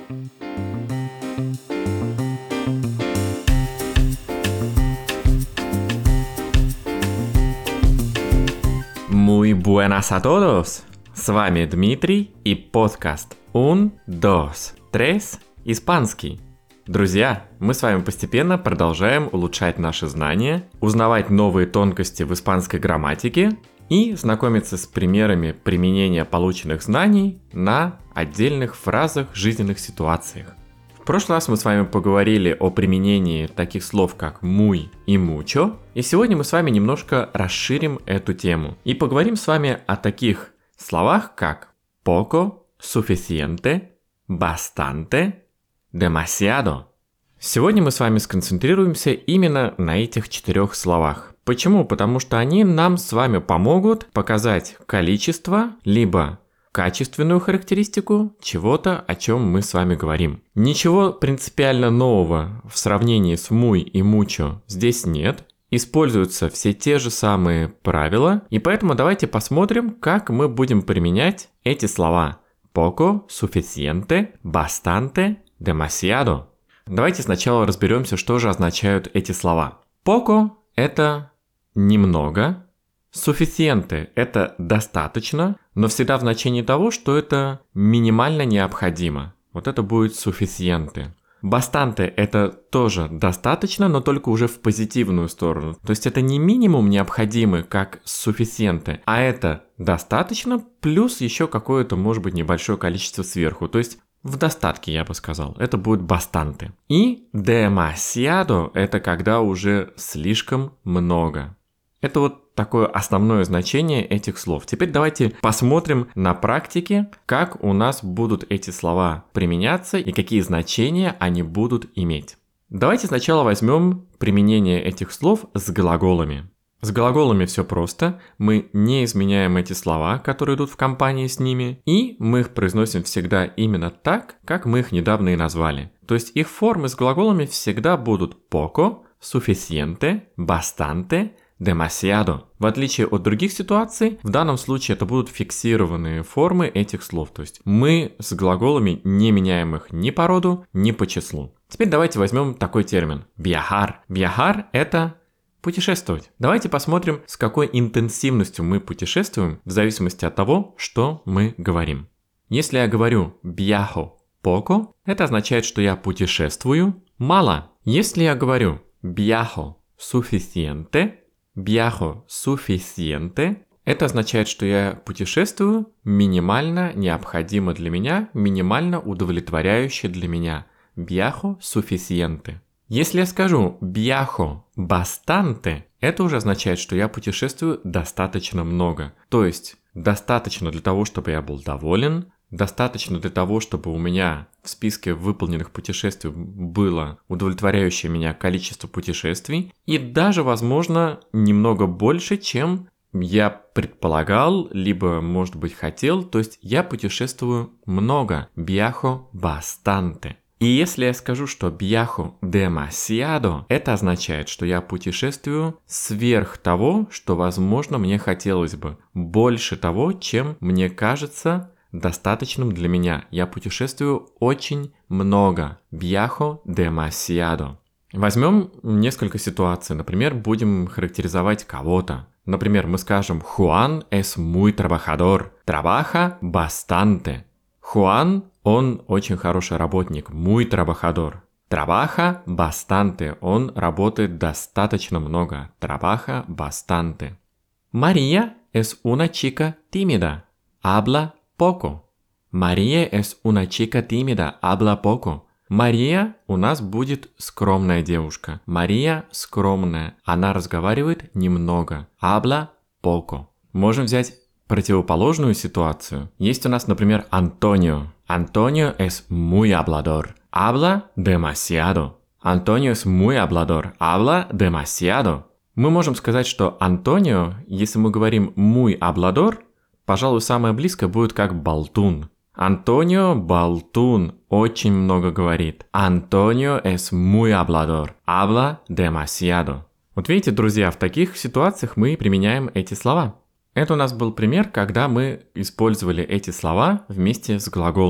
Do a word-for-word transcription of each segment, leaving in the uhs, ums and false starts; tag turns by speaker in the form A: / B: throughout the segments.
A: Muy buenas a todos! С вами Дмитрий и подкаст Un, dos, tres, испанский. Друзья, мы с вами постепенно продолжаем улучшать наши знания, узнавать новые тонкости в испанской грамматике и знакомиться с примерами применения полученных знаний на отдельных фразах, жизненных ситуациях. В прошлый раз мы с вами поговорили о применении таких слов, как muy и mucho, и сегодня мы с вами немножко расширим эту тему и поговорим с вами о таких словах, как poco, suficiente, bastante, demasiado. Сегодня мы с вами сконцентрируемся именно на этих четырех словах. Почему? Потому что они нам с вами помогут показать количество, либо качественную характеристику чего-то, о чем мы с вами говорим. Ничего принципиально нового в сравнении с muy и mucho здесь нет. Используются все те же самые правила, и поэтому давайте посмотрим, как мы будем применять эти слова poco, suficiente, bastante, demasiado. Давайте сначала разберемся, что же означают эти слова. Poco – это немного, suficiente – это достаточно, но всегда в значении того, что это минимально необходимо. Вот это будет suficiente. Bastante – это тоже достаточно, но только уже в позитивную сторону. То есть это не минимум необходимый, как suficiente, а это достаточно, плюс еще какое-то, может быть, небольшое количество сверху. То есть в достатке, я бы сказал. Это будет bastante. И demasiado – это когда уже слишком много. Это вот такое основное значение этих слов. Теперь давайте посмотрим на практике, как у нас будут эти слова применяться и какие значения они будут иметь. Давайте сначала возьмем применение этих слов с глаголами. С глаголами все просто. Мы не изменяем эти слова, которые идут в компании с ними, и мы их произносим всегда именно так, как мы их недавно и назвали. То есть их формы с глаголами всегда будут poco, suficiente, bastante, demasiado. В отличие от других ситуаций, в данном случае это будут фиксированные формы этих слов. То есть мы с глаголами не меняем их ни по роду, ни по числу. Теперь давайте возьмем такой термин viajar. Viajar – это путешествовать. Давайте посмотрим, с какой интенсивностью мы путешествуем в зависимости от того, что мы говорим. Если я говорю viajo poco, это означает, что я путешествую мало. Если я говорю viajo suficiente, viajo suficiente, это означает, что я путешествую минимально необходимо для меня, минимально удовлетворяюще для меня. Viajo suficiente. Если я скажу viajo bastante, это уже означает, что я путешествую достаточно много. То есть достаточно для того, чтобы я был доволен, достаточно для того, чтобы у меня в списке выполненных путешествий было удовлетворяющее меня количество путешествий, и даже, возможно, немного больше, чем я предполагал, либо, может быть, хотел, то есть я путешествую много. Viajo bastante. И если я скажу, что viajo demasiado, это означает, что я путешествую сверх того, что, возможно, мне хотелось бы. Больше того, чем мне кажется достаточным для меня. Я путешествую очень много. Viajo demasiado. Возьмем несколько ситуаций. Например, будем характеризовать кого-то. Например, мы скажем Juan es muy trabajador. Trabaja bastante. Juan, он очень хороший работник. Muy trabajador. Trabaja bastante. Он работает достаточно много. Trabaja bastante. María es una chica tímida. Habla poco. María es una chica tímida, habla poco. Мария у нас будет скромная девушка. Мария скромная, она разговаривает немного. Habla poco. Можем взять противоположную ситуацию. Есть у нас, например, Антонио. Антонио es muy hablador. Habla demasiado. Антонио es muy hablador. Habla demasiado. Мы можем сказать, что Антонио, если мы говорим muy hablador, пожалуй, самое близкое будет как болтун. Антонио болтун, очень много говорит. Антонио es muy hablador. Habla demasiado. Вот видите, друзья, в таких ситуациях мы применяем эти слова. Это у нас был пример, когда мы использовали эти слова вместе с глаголами.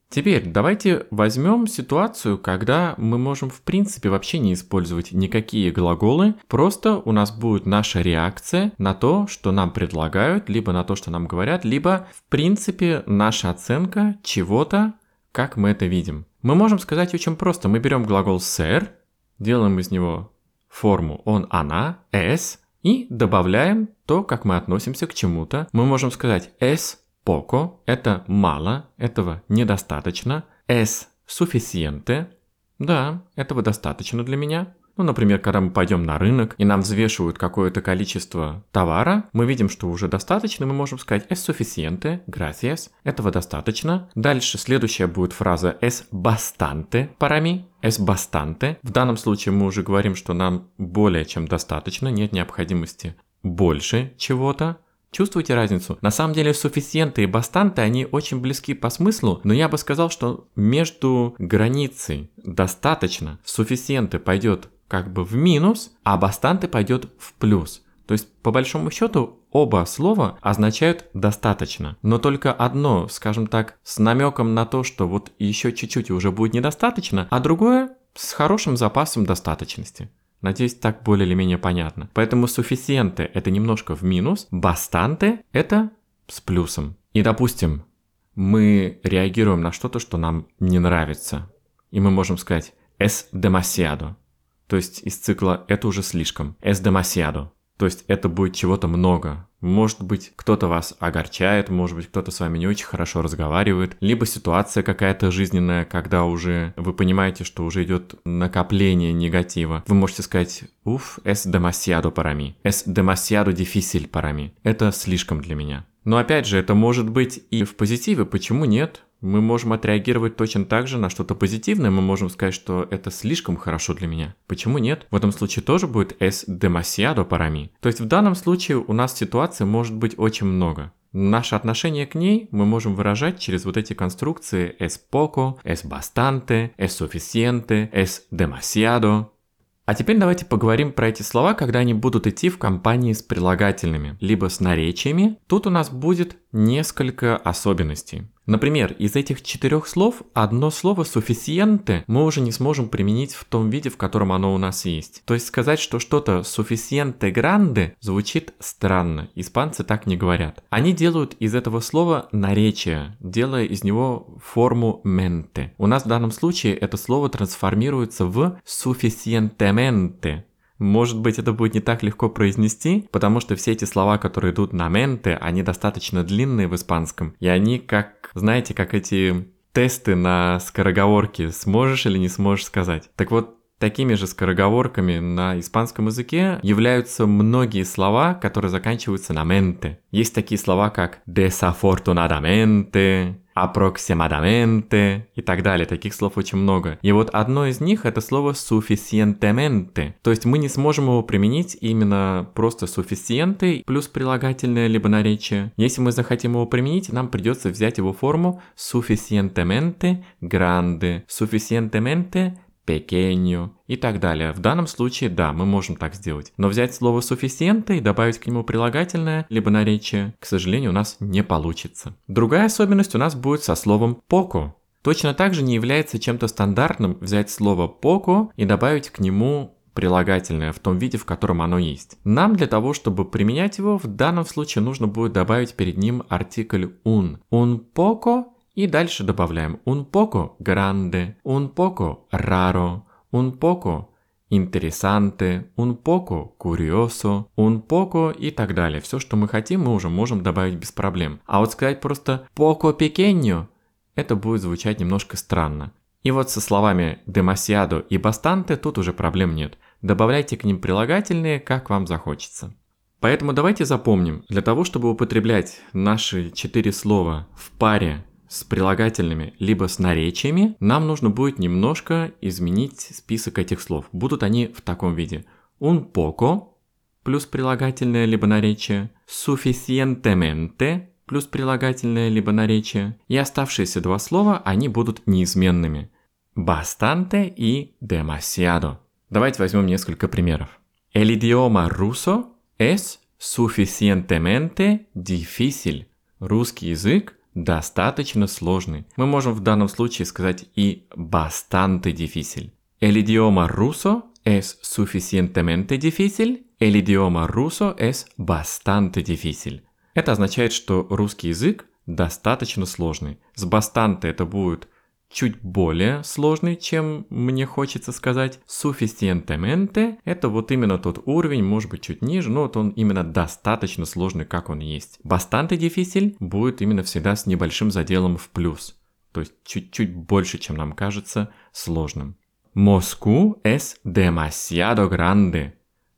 A: Теперь давайте возьмем ситуацию, когда мы можем в принципе вообще не использовать никакие глаголы, просто у нас будет наша реакция на то, что нам предлагают, либо на то, что нам говорят, либо в принципе наша оценка чего-то, как мы это видим. Мы можем сказать очень просто. Мы берем глагол ser, делаем из него форму он, она, es, и добавляем то, как мы относимся к чему-то. Мы можем сказать es poco, это мало, этого недостаточно. Es suficiente, да, этого достаточно для меня. Ну, например, когда мы пойдем на рынок и нам взвешивают какое-то количество товара, мы видим, что уже достаточно, мы можем сказать es suficiente, gracias, этого достаточно. Дальше следующая будет фраза es bastante para mí, es bastante. В данном случае мы уже говорим, что нам более чем достаточно, нет необходимости больше чего-то. Чувствуете разницу? На самом деле суффициенты и бастанты, они очень близки по смыслу, но я бы сказал, что между границей достаточно суффициенты пойдет как бы в минус, а бастанты пойдет в плюс. То есть, по большому счету, оба слова означают достаточно, но только одно, скажем так, с намеком на то, что вот еще чуть-чуть уже будет недостаточно, а другое с хорошим запасом достаточности. Надеюсь, так более или менее понятно. Поэтому суффициенты – это немножко в минус, бастанты – это с плюсом. И, допустим, мы реагируем на что-то, что нам не нравится. И мы можем сказать «es demasiado». То есть из цикла «это уже слишком». «Es demasiado». То есть это будет чего-то много. Может быть, кто-то вас огорчает, может быть, кто-то с вами не очень хорошо разговаривает, либо ситуация какая-то жизненная, когда уже вы понимаете, что уже идет накопление негатива. Вы можете сказать «Уф, es demasiado para mí», «es demasiado difícil para mí». Это слишком для меня. Но опять же, это может быть и в позитиве, почему нет? Мы можем отреагировать точно так же на что-то позитивное, мы можем сказать, что это слишком хорошо для меня. Почему нет? В этом случае тоже будет es demasiado para mí. То есть в данном случае у нас ситуаций может быть очень много. Наше отношение к ней мы можем выражать через вот эти конструкции es poco, es bastante, es suficiente, es demasiado. А теперь давайте поговорим про эти слова, когда они будут идти в компании с прилагательными, либо с наречиями. Тут у нас будет несколько особенностей. Например, из этих четырех слов одно слово «suficiente» мы уже не сможем применить в том виде, в котором оно у нас есть. То есть сказать, что что-то «suficiente grande» звучит странно. Испанцы так не говорят. Они делают из этого слова наречие, делая из него форму mente. У нас в данном случае это слово трансформируется в «suficientemente». Может быть, это будет не так легко произнести, потому что все эти слова, которые идут на mente, они достаточно длинные в испанском, и они как, знаете, как эти тесты на скороговорки, сможешь или не сможешь сказать. Так вот, такими же скороговорками на испанском языке являются многие слова, которые заканчиваются на mente. Есть такие слова, как desafortunadamente, aproximadamente и так далее. Таких слов очень много. И вот одно из них это слово suficientemente. То есть мы не сможем его применить именно просто suficiente плюс прилагательное либо наречие. Если мы захотим его применить, нам придется взять его форму suficientemente grande, suficientemente pequeño и так далее. В данном случае, да, мы можем так сделать. Но взять слово suficiente и добавить к нему прилагательное, либо наречие, к сожалению, у нас не получится. Другая особенность у нас будет со словом poco. Точно так же не является чем-то стандартным взять слово poco и добавить к нему прилагательное в том виде, в котором оно есть. Нам для того, чтобы применять его, в данном случае нужно будет добавить перед ним артикль un. Un poco. И дальше добавляем un poco grande, un poco raro, un poco interesante, un poco curioso, un poco и так далее. Все, что мы хотим, мы уже можем добавить без проблем. А вот сказать просто poco pequeño, это будет звучать немножко странно. И вот со словами demasiado и bastante тут уже проблем нет. Добавляйте к ним прилагательные, как вам захочется. Поэтому давайте запомним, для того, чтобы употреблять наши четыре слова в паре с прилагательными, либо с наречиями, нам нужно будет немножко изменить список этих слов. Будут они в таком виде. Un poco плюс прилагательное, либо наречие, suficientemente плюс прилагательное, либо наречие, и оставшиеся два слова, они будут неизменными. Bastante и demasiado. Давайте возьмем несколько примеров. El idioma ruso es suficientemente difícil. Русский язык достаточно сложный. Мы можем в данном случае сказать и bastante difícil. El idioma ruso es suficientemente difícil. El idioma ruso es bastante difícil. Это означает, что русский язык достаточно сложный. С bastante это будет чуть более сложный, чем мне хочется сказать. Suficientemente – это вот именно тот уровень, может быть, чуть ниже, но вот он именно достаточно сложный, как он есть. Bastante difícil будет именно всегда с небольшим заделом в плюс. То есть чуть-чуть больше, чем нам кажется сложным. Moscú es demasiado grande.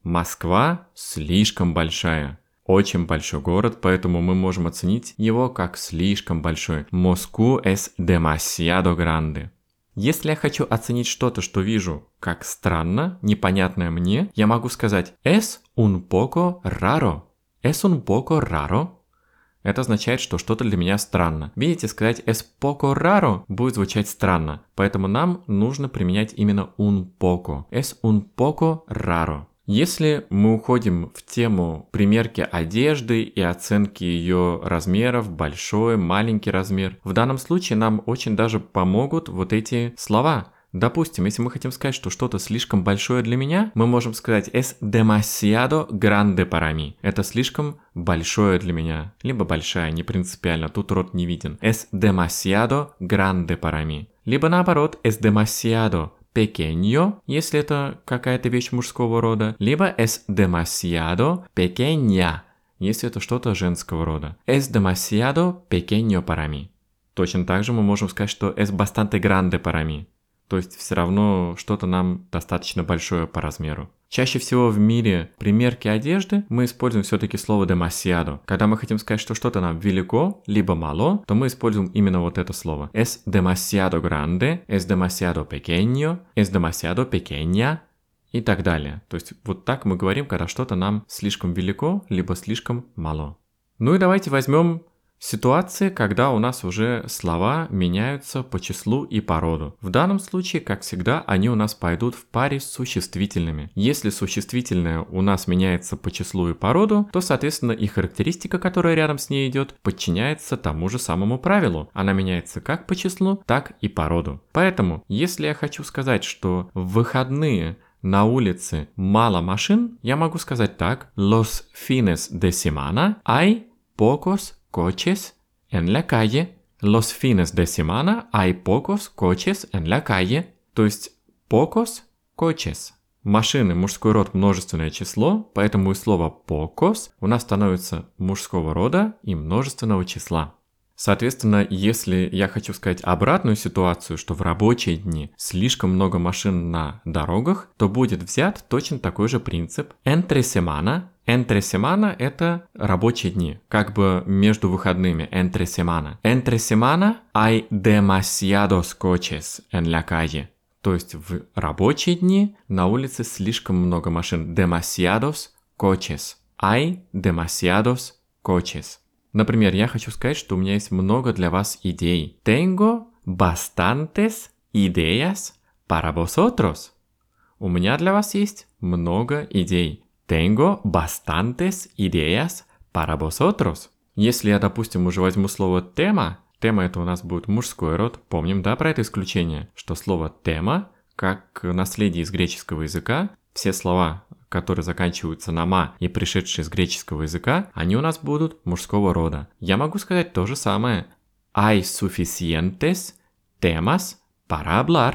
A: Москва слишком большая. Очень большой город, поэтому мы можем оценить его как слишком большой. Moscú es demasiado grande. Если я хочу оценить что-то, что вижу как странно, непонятное мне, я могу сказать es un poco raro. Es un poco raro. Это означает, что что-то для меня странно. Видите, сказать es poco raro будет звучать странно, поэтому нам нужно применять именно un poco. Es un poco raro. Если мы уходим в тему примерки одежды и оценки ее размеров, большой, маленький размер, в данном случае нам очень даже помогут вот эти слова. Допустим, если мы хотим сказать, что что-то слишком большое для меня, мы можем сказать es demasiado grande para mí. Это слишком большое для меня. Либо большая, не принципиально, тут род не виден. Es demasiado grande para mí. Либо наоборот, es demasiado pequeño, если это какая-то вещь мужского рода, либо es demasiado pequeña, если это что-то женского рода. Es demasiado pequeño para mí. Точно так же мы можем сказать, что es bastante grande para mí. То есть все равно что-то нам достаточно большое по размеру. Чаще всего в мире примерки одежды мы используем все-таки слово demasiado. Когда мы хотим сказать, что что-то нам велико, либо мало, то мы используем именно вот это слово. Es demasiado grande, es demasiado pequeño, es demasiado pequeña и так далее. То есть вот так мы говорим, когда что-то нам слишком велико, либо слишком мало. Ну и давайте возьмем ситуации, когда у нас уже слова меняются по числу и по роду. В данном случае, как всегда, они у нас пойдут в паре с существительными. Если существительное у нас меняется по числу и по роду, то, соответственно, и характеристика, которая рядом с ней идет, подчиняется тому же самому правилу. Она меняется как по числу, так и по роду. Поэтому, если я хочу сказать, что в выходные на улице мало машин, я могу сказать так: Los fines de semana hay pocos coches en la calle. Los fines de semana hay pocos coches en la calle. То есть pocos coches. Машины мужской род множественное число, поэтому и слово pocos у нас становится мужского рода и множественного числа. Соответственно, если я хочу сказать обратную ситуацию, что в рабочие дни слишком много машин на дорогах, то будет взят точно такой же принцип. Entre semana. Entre semana – это рабочие дни, как бы между выходными. Entre semana. Entre semana hay demasiados coches en la calle. То есть в рабочие дни на улице слишком много машин. Demasiados coches. Hay demasiados coches. Например, я хочу сказать, что у меня есть много для вас идей. Tengo bastantes ideas para vosotros. У меня для вас есть много идей. Tengo bastantes ideas para vosotros. Если я, допустим, уже возьму слово тема, тема это у нас будет мужской род. Помним, да, про это исключение, что слово тема, как наследие из греческого языка, все слова, которые заканчиваются на «ма» и пришедшие из греческого языка, они у нас будут мужского рода. Я могу сказать то же самое. Hay suficientes temas para hablar.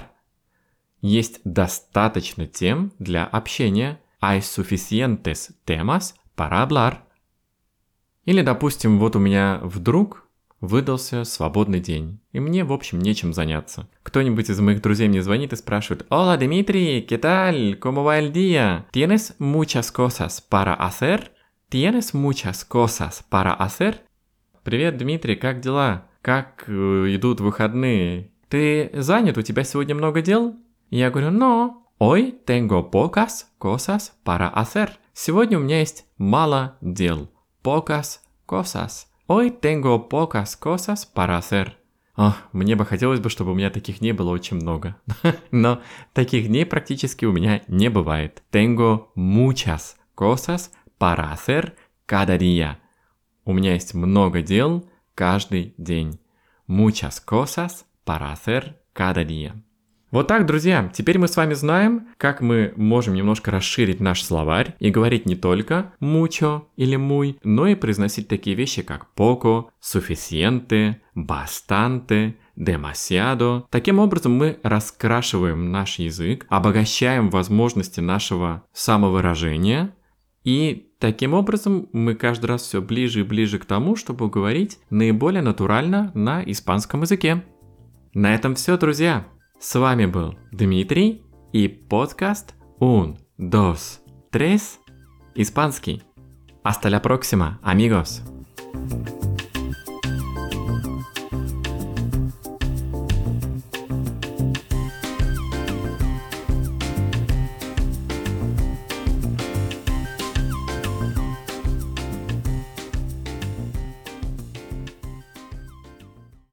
A: Есть достаточно тем для общения. Hay suficientes temas para hablar. Или, допустим, вот у меня вдруг выдался свободный день, и мне, в общем, нечем заняться. Кто-нибудь из моих друзей мне звонит и спрашивает: «Hola, Дмитрий, ¿qué tal? ¿Cómo va el día? ¿Tienes muchas cosas para hacer? ¿Tienes muchas cosas para hacer?» «Привет, Дмитрий, как дела? Как э, идут выходные? Ты занят? У тебя сегодня много дел?» И я говорю: «No, hoy tengo pocas cosas para hacer». Сегодня у меня есть мало дел. Pocas cosas. Hoy tengo pocas cosas para hacer. О, мне бы хотелось бы, чтобы у меня таких дней было очень много. Но таких дней практически у меня не бывает. Tengo muchas cosas para hacer cada día. У меня есть много дел каждый день. Muchas cosas para hacer cada día. Вот так, друзья, теперь мы с вами знаем, как мы можем немножко расширить наш словарь и говорить не только mucho или muy, но и произносить такие вещи, как poco, suficiente, bastante, demasiado. Таким образом мы раскрашиваем наш язык, обогащаем возможности нашего самовыражения, и таким образом мы каждый раз все ближе и ближе к тому, чтобы говорить наиболее натурально на испанском языке. На этом все, друзья. С вами был Дмитрий и подкаст un, dos, tres, испанский. Hasta la próxima, amigos!